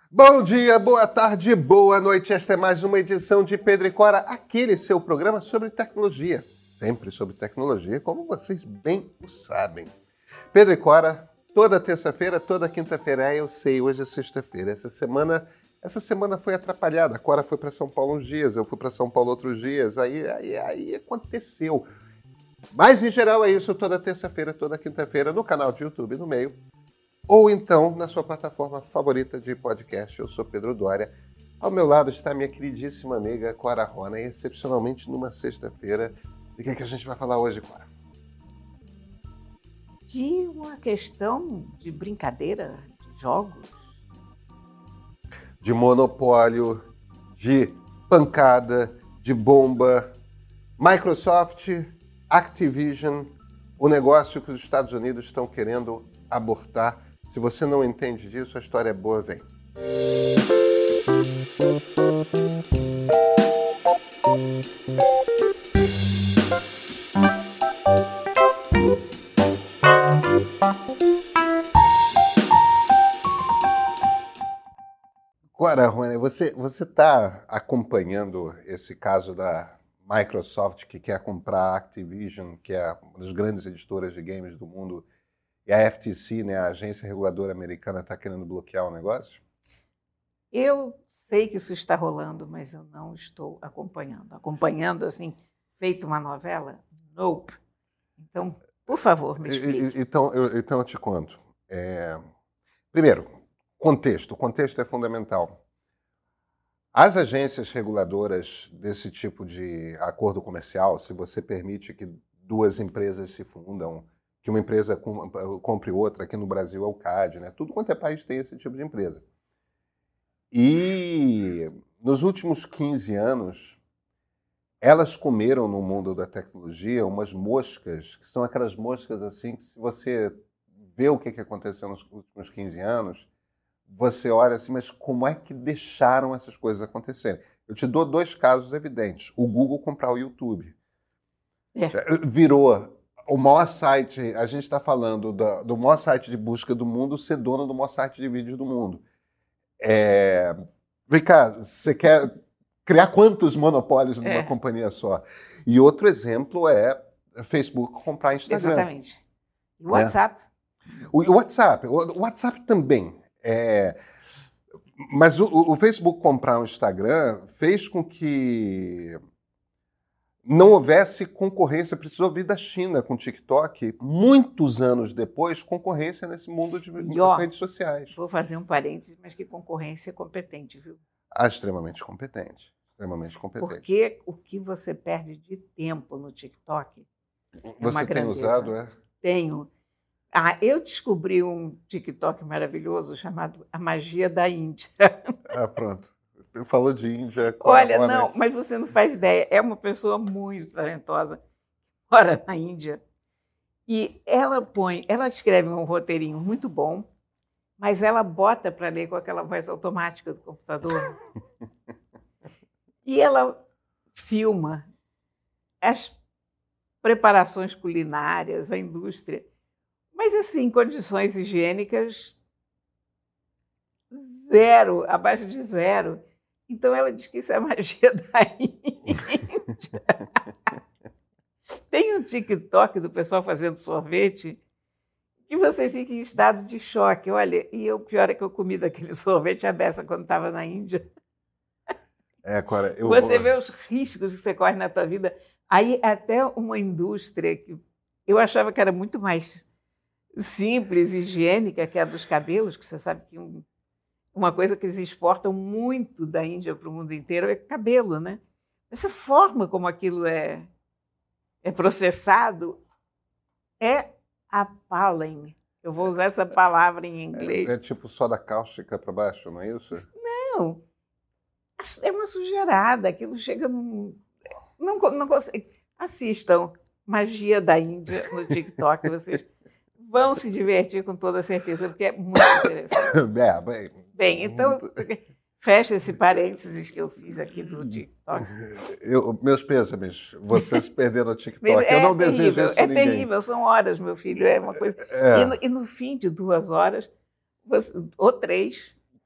Bom dia, boa tarde, boa noite. Esta é mais uma edição de Pedro e Cora, aquele seu programa sobre tecnologia. Sempre sobre tecnologia, como vocês bem o sabem. Pedro e Cora, toda terça-feira, toda quinta-feira. Eu sei, hoje é sexta-feira. Essa semana foi atrapalhada. A Cora foi para São Paulo uns dias, eu fui para São Paulo outros dias. Aí aconteceu. Mas, em geral, é isso. Toda terça-feira, toda quinta-feira, no canal de YouTube, no meio. Ou então na sua plataforma favorita de podcast. Eu sou Pedro Dória. Ao meu lado está a minha queridíssima amiga Cora Rona, e excepcionalmente numa sexta-feira. De que é que a gente vai falar hoje, Cora? De uma questão de brincadeira, de jogos. De monopólio, de pancada, de bomba. Microsoft, Activision, o negócio que os Estados Unidos estão querendo abortar. Se você não entende disso, a história é boa, vem. Agora, Rony, você está acompanhando esse caso da Microsoft, que quer comprar a Activision, que é uma das grandes editoras de games do mundo, e a FTC, né, a agência reguladora americana, está querendo bloquear o negócio? Eu sei que isso está rolando, mas eu não estou acompanhando. Acompanhando, assim, feito uma novela? Nope. Então, por favor, me explique. Então eu te conto. Primeiro, contexto. O contexto é fundamental. As agências reguladoras desse tipo de acordo comercial, se você permite que duas empresas se fundam, que uma empresa compre outra, aqui no Brasil é o CAD, né? Tudo quanto é país tem esse tipo de empresa. E nos últimos 15 anos, elas comeram no mundo da tecnologia umas moscas, que são aquelas moscas assim que, se você vê o que aconteceu nos últimos 15 anos, você olha assim, mas como é que deixaram essas coisas acontecerem? Eu te dou dois casos evidentes. O Google comprar o YouTube. Virou o maior site, a gente está falando do maior site de busca do mundo ser dono do maior site de vídeos do mundo. Ricardo, você quer criar quantos monopólios numa companhia só? E outro exemplo é Facebook comprar Instagram. Exatamente. E o WhatsApp? O WhatsApp também. Mas o Facebook comprar o Instagram fez com que não houvesse concorrência. Precisou vir da China com o TikTok, muitos anos depois, concorrência nesse mundo de redes sociais. Vou fazer um parênteses, mas que concorrência competente, viu? Extremamente competente. Extremamente competente. Porque o que você perde de tempo no TikTok é você uma grandeza. Tem usado, Tenho. Eu descobri um TikTok maravilhoso chamado A Magia da Índia. Pronto. Falou de Índia. Olha, não, mas você não faz ideia. É uma pessoa muito talentosa, mora na Índia. E ela escreve um roteirinho muito bom, mas ela bota para ler com aquela voz automática do computador. E ela filma as preparações culinárias, a indústria, mas, assim, condições higiênicas zero, abaixo de zero. Então, ela diz que isso é a magia da Índia. Tem um TikTok do pessoal fazendo sorvete que você fica em estado de choque. Olha, e o pior é que eu comi daquele sorvete à beça quando estava na Índia. Cora, você vê os riscos que você corre na tua vida. Aí, até uma indústria que eu achava que era muito mais simples, higiênica, que é a dos cabelos, que você sabe que uma coisa que eles exportam muito da Índia para o mundo inteiro é cabelo, né? Essa forma como aquilo é processado é appalling. Eu vou usar essa palavra em inglês. É tipo soda cáustica para baixo, não é isso? Não. É uma sujeirada. Aquilo chega num... Não consegue. Assistam Magia da Índia no TikTok. Vocês vão se divertir com toda certeza, porque é muito interessante. Bem, então, fecha esse parênteses que eu fiz aqui do TikTok. Meus pêsames, você se perder no TikTok. Eu não desejo isso a ninguém. É terrível, são horas, meu filho, é uma coisa... E no fim de 2 horas, ou 3,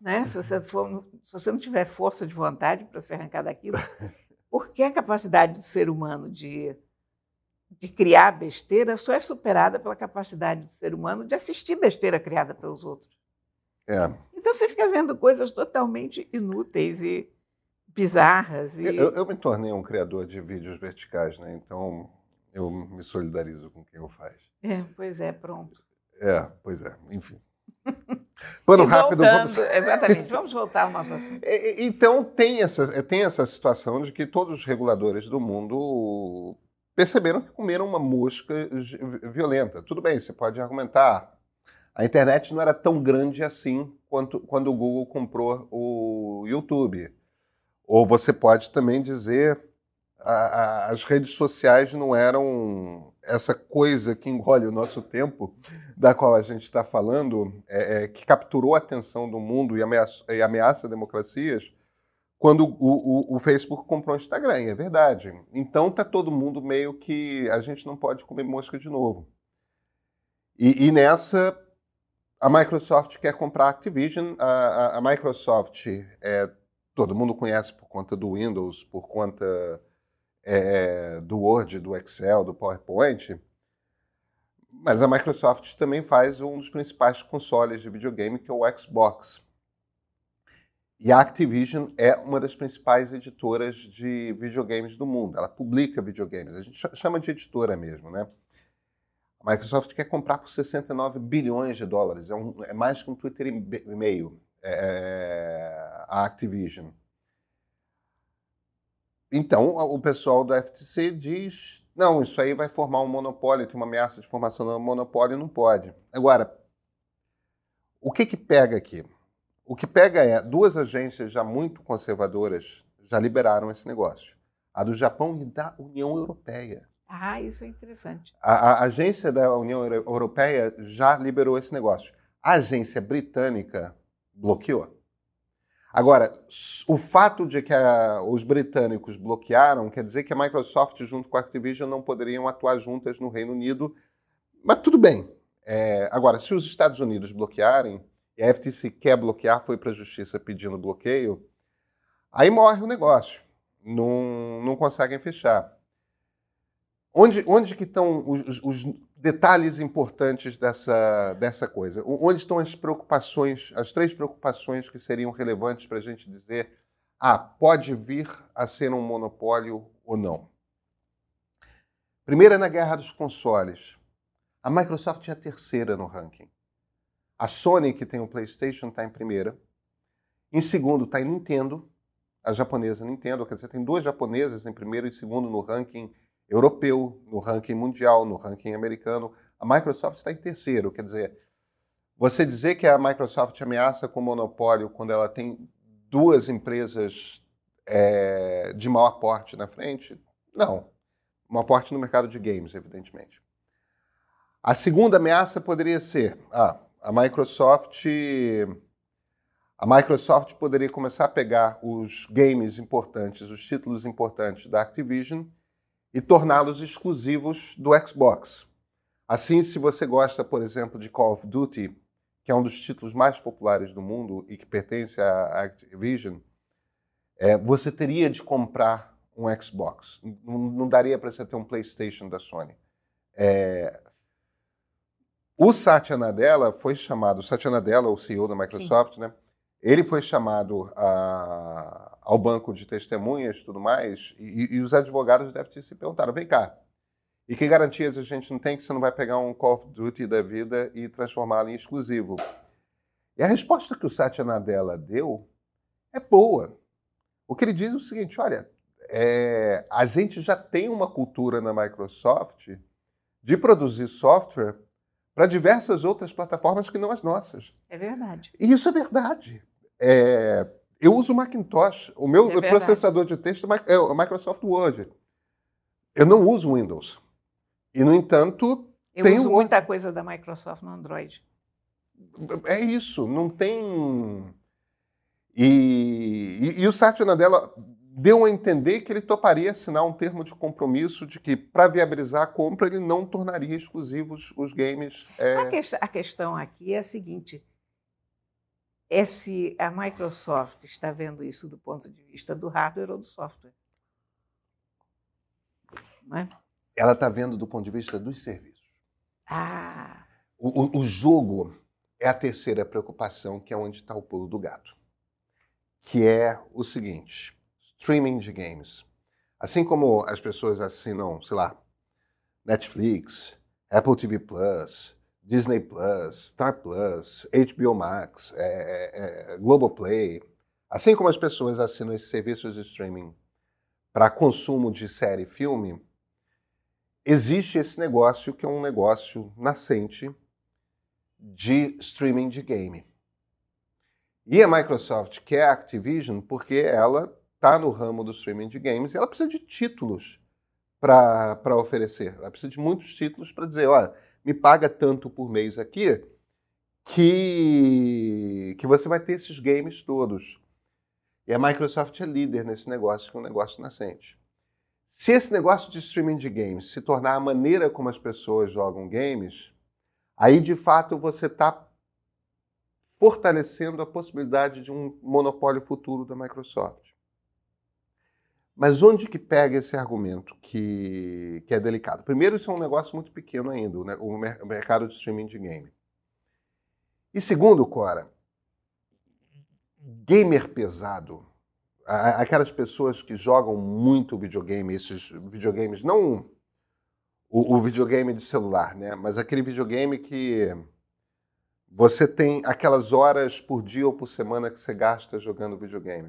né? Se você não tiver força de vontade para se arrancar daquilo, porque a capacidade do ser humano de criar besteira só é superada pela capacidade do ser humano de assistir besteira criada pelos outros. Então você fica vendo coisas totalmente inúteis e bizarras. Eu me tornei um criador de vídeos verticais, né? Então eu me solidarizo com quem o faz. Pois é, pronto. Pois é, enfim. Pano rápido. Exatamente, vamos voltar ao nosso assunto. Então tem essa situação de que todos os reguladores do mundo perceberam que comeram uma mosca violenta. Tudo bem, você pode argumentar. A internet não era tão grande assim quando o Google comprou o YouTube. Ou você pode também dizer as redes sociais não eram essa coisa que engole o nosso tempo, da qual a gente está falando, que capturou a atenção do mundo e ameaça democracias, quando o Facebook comprou o Instagram, é verdade. Então está todo mundo meio que a gente não pode comer mosca de novo. E nessa, a Microsoft quer comprar a Activision. A Microsoft, todo mundo conhece por conta do Windows, por conta do Word, do Excel, do PowerPoint, mas a Microsoft também faz um dos principais consoles de videogame, que é o Xbox. E a Activision é uma das principais editoras de videogames do mundo. Ela publica videogames. A gente chama de editora mesmo, né? A Microsoft quer comprar por 69 bilhões de dólares. É mais que um Twitter e meio, a Activision. Então, o pessoal do FTC diz, não, isso aí vai formar um monopólio, tem uma ameaça de formação de um monopólio, não pode. Agora, o que pega aqui? O que pega duas agências já muito conservadoras já liberaram esse negócio. A do Japão e da União Europeia. Isso é interessante. A agência da União Europeia já liberou esse negócio. A agência britânica bloqueou. Agora, o fato de que os britânicos bloquearam quer dizer que a Microsoft junto com a Activision não poderiam atuar juntas no Reino Unido, mas tudo bem. Agora, se os Estados Unidos bloquearem, e a FTC quer bloquear, foi para a justiça pedindo bloqueio, aí morre o negócio, não conseguem fechar. Onde que estão os detalhes importantes dessa coisa? Onde estão as preocupações, as três preocupações que seriam relevantes para a gente dizer pode vir a ser um monopólio ou não? Primeiro é na guerra dos consoles. A Microsoft é a terceira no ranking. A Sony, que tem o PlayStation, está em primeira. Em segundo está a Nintendo, a japonesa Nintendo. Quer dizer, tem duas japonesas em primeiro e segundo no ranking europeu, no ranking mundial, no ranking americano. A Microsoft está em terceiro. Quer dizer, você dizer que a Microsoft ameaça com monopólio quando ela tem duas empresas de maior porte na frente? Não. Maior porte no mercado de games, evidentemente. A segunda ameaça poderia ser a Microsoft poderia começar a pegar os games importantes, os títulos importantes da Activision e torná-los exclusivos do Xbox. Assim, se você gosta, por exemplo, de Call of Duty, que é um dos títulos mais populares do mundo e que pertence à Activision, você teria de comprar um Xbox. Não daria para você ter um PlayStation da Sony. O Satya Nadella foi chamado, o Satya Nadella, o CEO da Microsoft, né? Ele foi chamado ao banco de testemunhas e tudo mais, e os advogados devem se perguntaram, vem cá, e que garantias a gente não tem que você não vai pegar um Call of Duty da vida e transformá-lo em exclusivo? E a resposta que o Satya Nadella deu é boa. O que ele diz é o seguinte, olha, a gente já tem uma cultura na Microsoft de produzir software para diversas outras plataformas que não as nossas. É verdade. E isso é verdade. Eu uso o Macintosh. O meu processador de texto é o Microsoft Word. Eu não uso Windows. E, no entanto, eu uso muita coisa da Microsoft no Android. É isso. Não tem... E o Satya Nadella deu a entender que ele toparia assinar um termo de compromisso de que, para viabilizar a compra, ele não tornaria exclusivos os games. A questão aqui é a seguinte: é se a Microsoft está vendo isso do ponto de vista do hardware ou do software. Não é? Ela está vendo do ponto de vista dos serviços. Ah, O jogo é a terceira preocupação, que é onde está o pulo do gato. Que é o seguinte, streaming de games. Assim como as pessoas assinam, sei lá, Netflix, Apple TV+, Disney+, Star+, HBO Max, Globoplay, assim como as pessoas assinam esses serviços de streaming para consumo de série e filme, existe esse negócio que é um negócio nascente de streaming de game. E a Microsoft quer a Activision porque ela está no ramo do streaming de games e ela precisa de títulos para oferecer. Ela precisa de muitos títulos para dizer, olha, me paga tanto por mês aqui que você vai ter esses games todos. E a Microsoft é líder nesse negócio, que é um negócio nascente. Se esse negócio de streaming de games se tornar a maneira como as pessoas jogam games, aí de fato você está fortalecendo a possibilidade de um monopólio futuro da Microsoft. Mas onde que pega esse argumento que é delicado? Primeiro, isso é um negócio muito pequeno ainda, né? O mercado de streaming de game. E segundo, Cora, gamer pesado, aquelas pessoas que jogam muito videogame, esses videogames, não o videogame de celular, né? Mas aquele videogame que você tem aquelas horas por dia ou por semana que você gasta jogando videogame.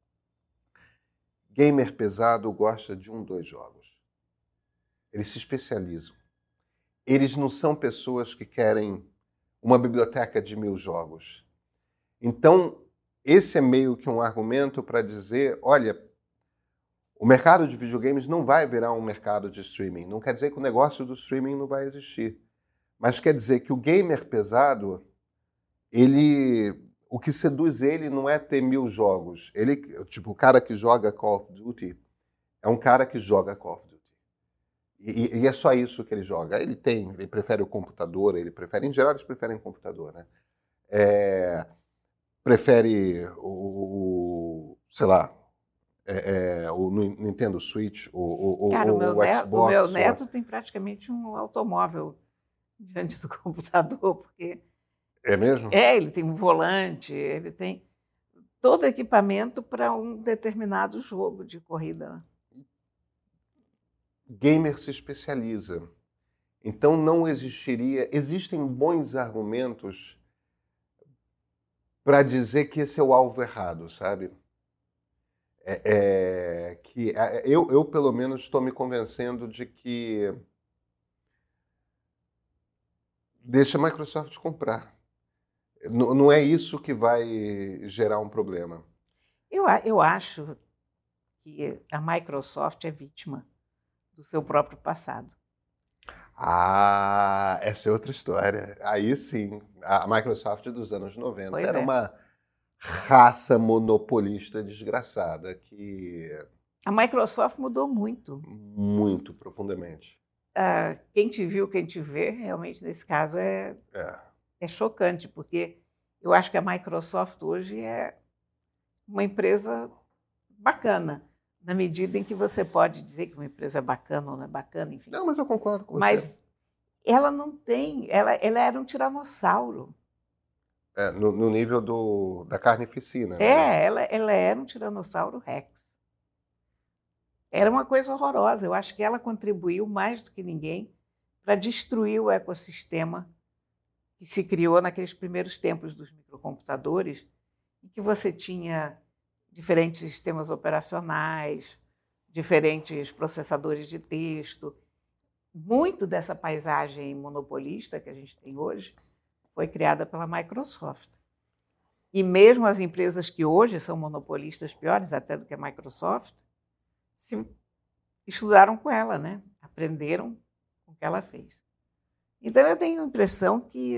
Gamer pesado gosta de 1, 2 jogos. Eles se especializam. Eles não são pessoas que querem uma biblioteca de 1000 jogos. Então, esse é meio que um argumento para dizer, olha, o mercado de videogames não vai virar um mercado de streaming. Não quer dizer que o negócio do streaming não vai existir. Mas quer dizer que o gamer pesado, o que seduz ele não é ter 1000 jogos. Tipo, o cara que joga Call of Duty é um cara que joga Call of Duty. E é só isso que ele joga. Ele prefere o computador, em geral eles preferem o computador, né? Prefere sei lá, o Nintendo Switch, cara, o Xbox. O meu neto tem praticamente um automóvel diante do computador, porque... É mesmo? Ele tem um volante, ele tem todo equipamento para um determinado jogo de corrida. Gamer se especializa. Então não existiria... Existem bons argumentos para dizer que esse é o alvo errado, sabe? Eu, pelo menos, estou me convencendo de que deixa a Microsoft comprar. Não é isso que vai gerar um problema. Eu acho que a Microsoft é vítima do seu próprio passado. Ah, essa é outra história. Aí sim, a Microsoft dos anos 90 era uma raça monopolista desgraçada que... A Microsoft mudou muito. Muito, profundamente. Quem te viu, quem te vê, realmente nesse caso é chocante, porque eu acho que a Microsoft hoje é uma empresa bacana, na medida em que você pode dizer que uma empresa é bacana ou não é bacana, enfim. Não, mas eu concordo com você. Mas ela não tem... Ela era um tiranossauro. No nível da carnificina. Né? Ela era um tiranossauro Rex. Era uma coisa horrorosa. Eu acho que ela contribuiu mais do que ninguém para destruir o ecossistema que se criou naqueles primeiros tempos dos microcomputadores, em que você tinha diferentes sistemas operacionais, diferentes processadores de texto. Muito dessa paisagem monopolista que a gente tem hoje foi criada pela Microsoft. E mesmo as empresas que hoje são monopolistas, piores até do que a Microsoft, se estudaram com ela, né? Aprenderam com o que ela fez. Então, eu tenho a impressão que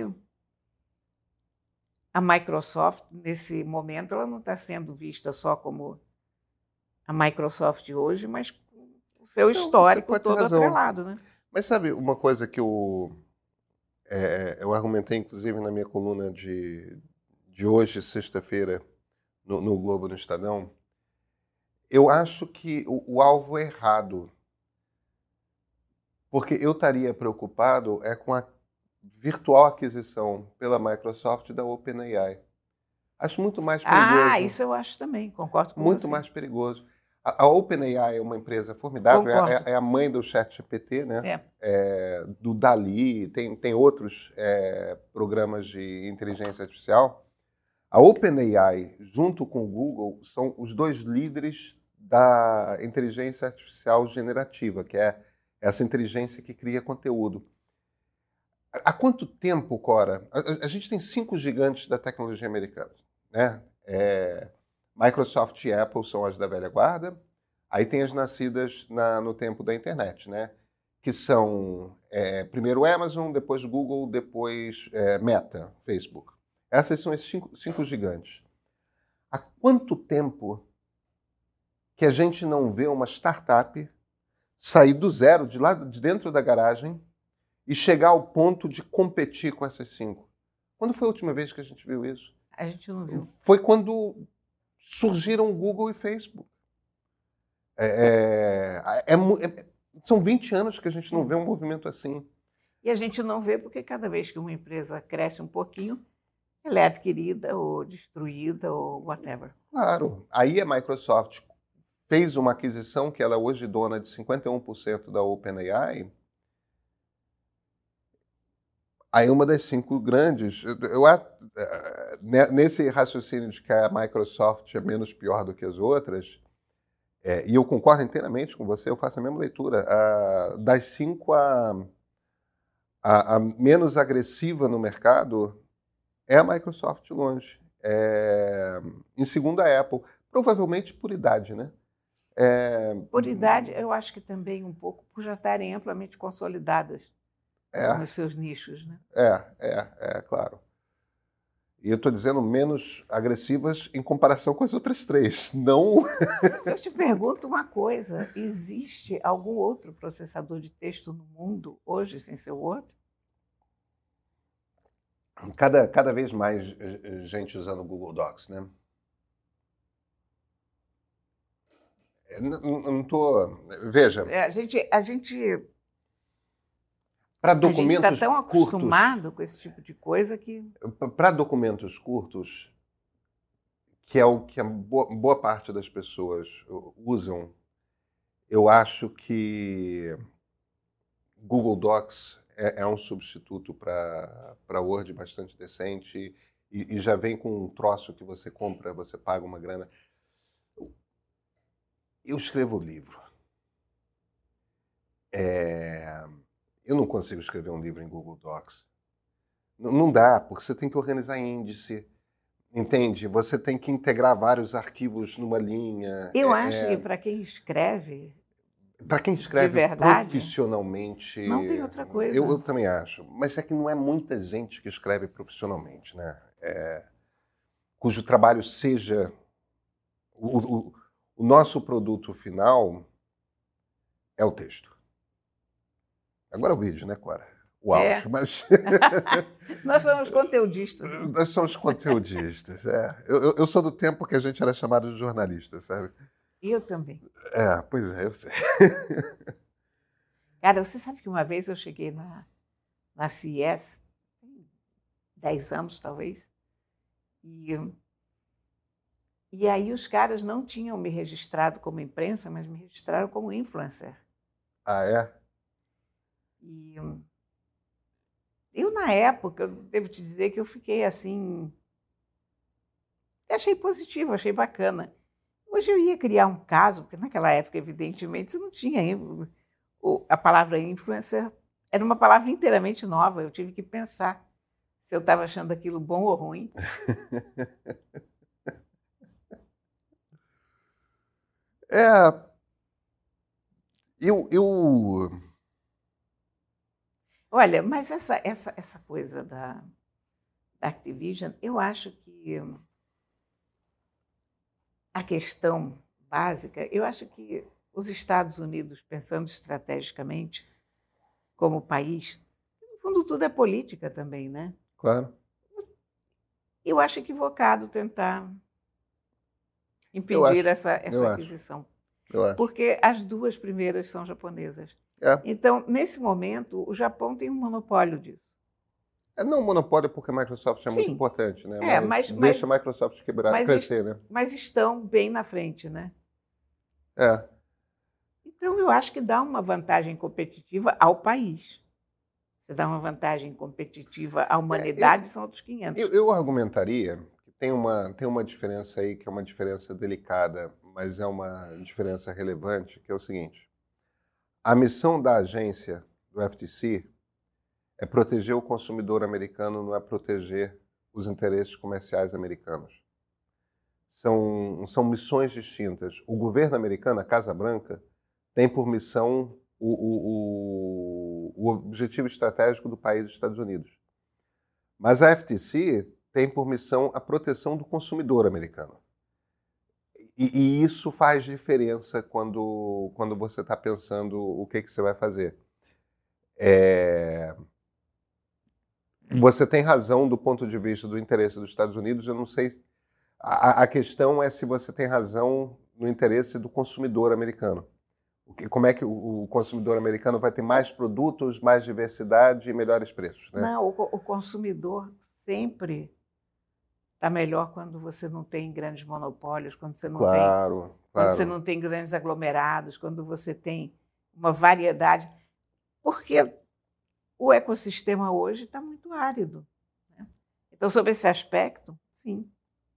a Microsoft, nesse momento, ela não está sendo vista só como a Microsoft hoje, mas com o seu histórico todo atrelado. Né? Mas sabe uma coisa que eu argumentei, inclusive, na minha coluna de de hoje, sexta-feira, no Globo, no Estadão, eu acho que o alvo é errado. Porque eu estaria preocupado com a virtual aquisição pela Microsoft da OpenAI. Acho muito mais perigoso. Isso eu acho também, concordo com Muito você. mais perigoso. A OpenAI é uma empresa formidável, é a mãe do ChatGPT, né? Do DALL-E, tem outros programas de inteligência artificial. A OpenAI, junto com o Google, são os dois líderes da inteligência artificial generativa, que é essa inteligência que cria conteúdo. Há quanto tempo, Cora? A gente tem 5 gigantes da tecnologia americana, né? Microsoft e Apple são as da velha guarda. Aí tem as nascidas no tempo da internet, né? Que são primeiro Amazon, depois Google, depois Meta, Facebook. Essas são esses 5 gigantes. Há quanto tempo que a gente não vê uma startup sair do zero, de lá de dentro da garagem, e chegar ao ponto de competir com essas 5? Quando foi a última vez que a gente viu isso? A gente não viu. Foi quando surgiram Google e Facebook. São 20 anos que a gente não vê um movimento assim. E a gente não vê porque cada vez que uma empresa cresce um pouquinho, ela é adquirida ou destruída ou whatever. Claro. Aí a Microsoft fez uma aquisição que ela é hoje dona de 51% da OpenAI. Aí uma das 5 grandes, nesse raciocínio de que a Microsoft é menos pior do que as outras, e eu concordo inteiramente com você, eu faço a mesma leitura. Das 5, a menos agressiva no mercado é a Microsoft de longe. Em segundo, a Apple. Provavelmente por idade, né? Por idade, eu acho que também um pouco por já estarem amplamente consolidadas nos seus nichos, né? Claro. E eu estou dizendo menos agressivas em comparação com as outras 3. Não. Eu te pergunto uma coisa: existe algum outro processador de texto no mundo hoje sem ser o Word? Cada vez mais gente usando o Google Docs, né? Não estou. Veja. A gente para documentos está tão acostumado com esse tipo de coisa que. Para documentos curtos, que é o que a boa parte das pessoas usam, eu acho que Google Docs é um substituto para Word bastante decente e já vem com um troço que você compra, você paga uma grana. Eu escrevo livro. Eu não consigo escrever um livro em Google Docs. Não dá, porque você tem que organizar índice, entende? Você tem que integrar vários arquivos numa linha. Eu acho que para quem escreve... Para quem escreve de verdade, profissionalmente... Não tem outra coisa. Eu também acho. Mas é que não é muita gente que escreve profissionalmente, né? Cujo trabalho seja... O nosso produto final é o texto. Agora o vídeo, né, Cora? O áudio, mas... Nós somos conteudistas. Nós somos conteudistas, Eu sou do tempo que a gente era chamado de jornalista, sabe? Eu também. Pois é, eu sei. Cara, você sabe que uma vez eu cheguei na CES, 10 anos talvez, e aí os caras não tinham me registrado como imprensa, mas me registraram como influencer. Ah, é? E eu, na época, eu devo te dizer que eu fiquei assim... Achei positivo, achei bacana. Hoje eu ia criar um caso, porque naquela época, evidentemente, você não tinha... A palavra influencer era uma palavra inteiramente nova. Eu tive que pensar se eu estava achando aquilo bom ou ruim. Olha, mas essa coisa da Activision, eu acho que a questão básica, eu acho que os Estados Unidos, pensando estrategicamente como país, no fundo tudo é política também, né? Claro. Eu acho equivocado tentar impedir essa eu aquisição. Eu acho. Porque as duas primeiras são japonesas. É. Então, nesse momento, o Japão tem um monopólio disso. Não um monopólio porque a Microsoft é muito Sim. importante, né? Mas deixa a Microsoft crescer, né? Mas estão bem na frente, né? É. Então, eu acho que dá uma vantagem competitiva ao país. Você dá uma vantagem competitiva à humanidade, são outros 500. Eu argumentaria que tem uma diferença aí, que é uma diferença delicada, mas é uma diferença relevante, que é o seguinte. A missão da agência, do FTC, é proteger o consumidor americano, não é proteger os interesses comerciais americanos. São missões distintas. O governo americano, a Casa Branca, tem por missão o objetivo estratégico do país dos Estados Unidos. Mas a FTC tem por missão a proteção do consumidor americano. E isso faz diferença quando você está pensando o que você vai fazer. Você tem razão do ponto de vista do interesse dos Estados Unidos, eu não sei. A questão é se você tem razão no interesse do consumidor americano. Como é que o consumidor americano vai ter mais produtos, mais diversidade e melhores preços? Né? Não, o consumidor sempre está melhor quando você não tem grandes monopólios, quando você não quando você não tem grandes aglomerados, quando você tem uma variedade. Porque o ecossistema hoje está muito árido. Né? Então, sobre esse aspecto, sim.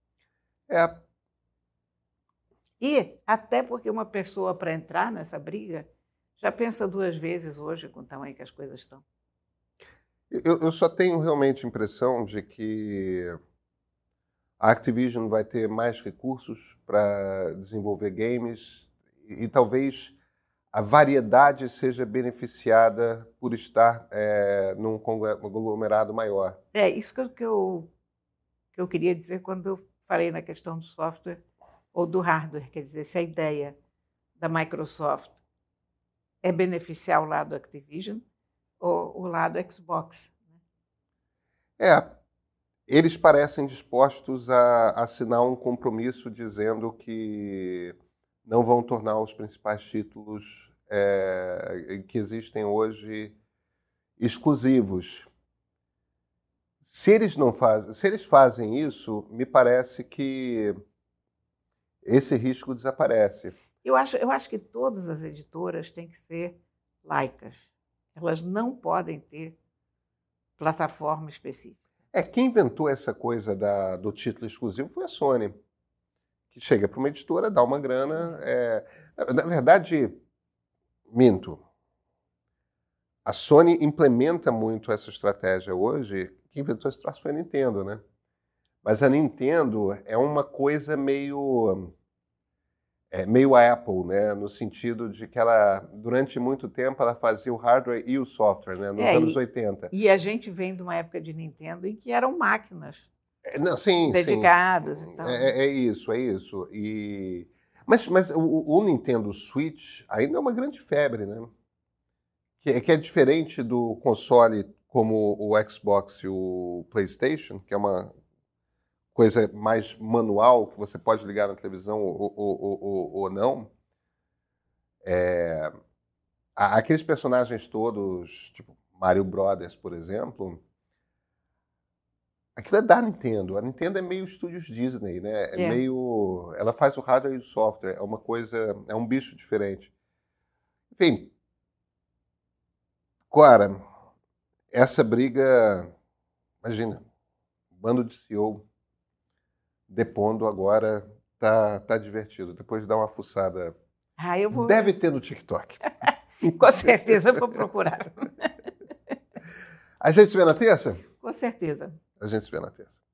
E até porque uma pessoa, para entrar nessa briga, já pensa duas vezes hoje com o tamanho que as coisas estão. Eu só tenho realmente a impressão de que a Activision vai ter mais recursos para desenvolver games e talvez a variedade seja beneficiada por estar num conglomerado maior. É isso que eu queria dizer quando eu falei na questão do software ou do hardware. Quer dizer, se a ideia da Microsoft é beneficiar o lado Activision ou o lado Xbox. Eles parecem dispostos a assinar um compromisso dizendo que não vão tornar os principais títulos que existem hoje exclusivos. Se eles fazem isso, me parece que esse risco desaparece. Eu acho que todas as editoras têm que ser laicas. Elas não podem ter plataforma específica. Quem inventou essa coisa do título exclusivo foi a Sony, que chega para uma editora, dá uma grana. Na verdade, minto. A Sony implementa muito essa estratégia hoje. Quem inventou esse troço foi a Nintendo, né? Mas a Nintendo é uma coisa meio a Apple, né? No sentido de que ela, durante muito tempo, ela fazia o hardware e o software, né? Nos anos 80. E a gente vem de uma época de Nintendo em que eram máquinas dedicadas. Sim. E tal. É isso. Mas o Nintendo Switch ainda é uma grande febre, né? Que é diferente do console como o Xbox e o PlayStation, que é uma coisa mais manual, que você pode ligar na televisão ou não. Aqueles personagens todos, tipo Mario Brothers, por exemplo, aquilo é da Nintendo. A Nintendo é meio estúdios Disney, né? Meio... Ela faz o hardware e o software. É uma coisa... É um bicho diferente. Enfim. Cora, essa briga... Imagina, bando de CEO depondo agora tá divertido. Depois de dar uma fuçada. Deve ter no TikTok. Com certeza vou procurar. A gente se vê na terça? Com certeza. A gente se vê na terça.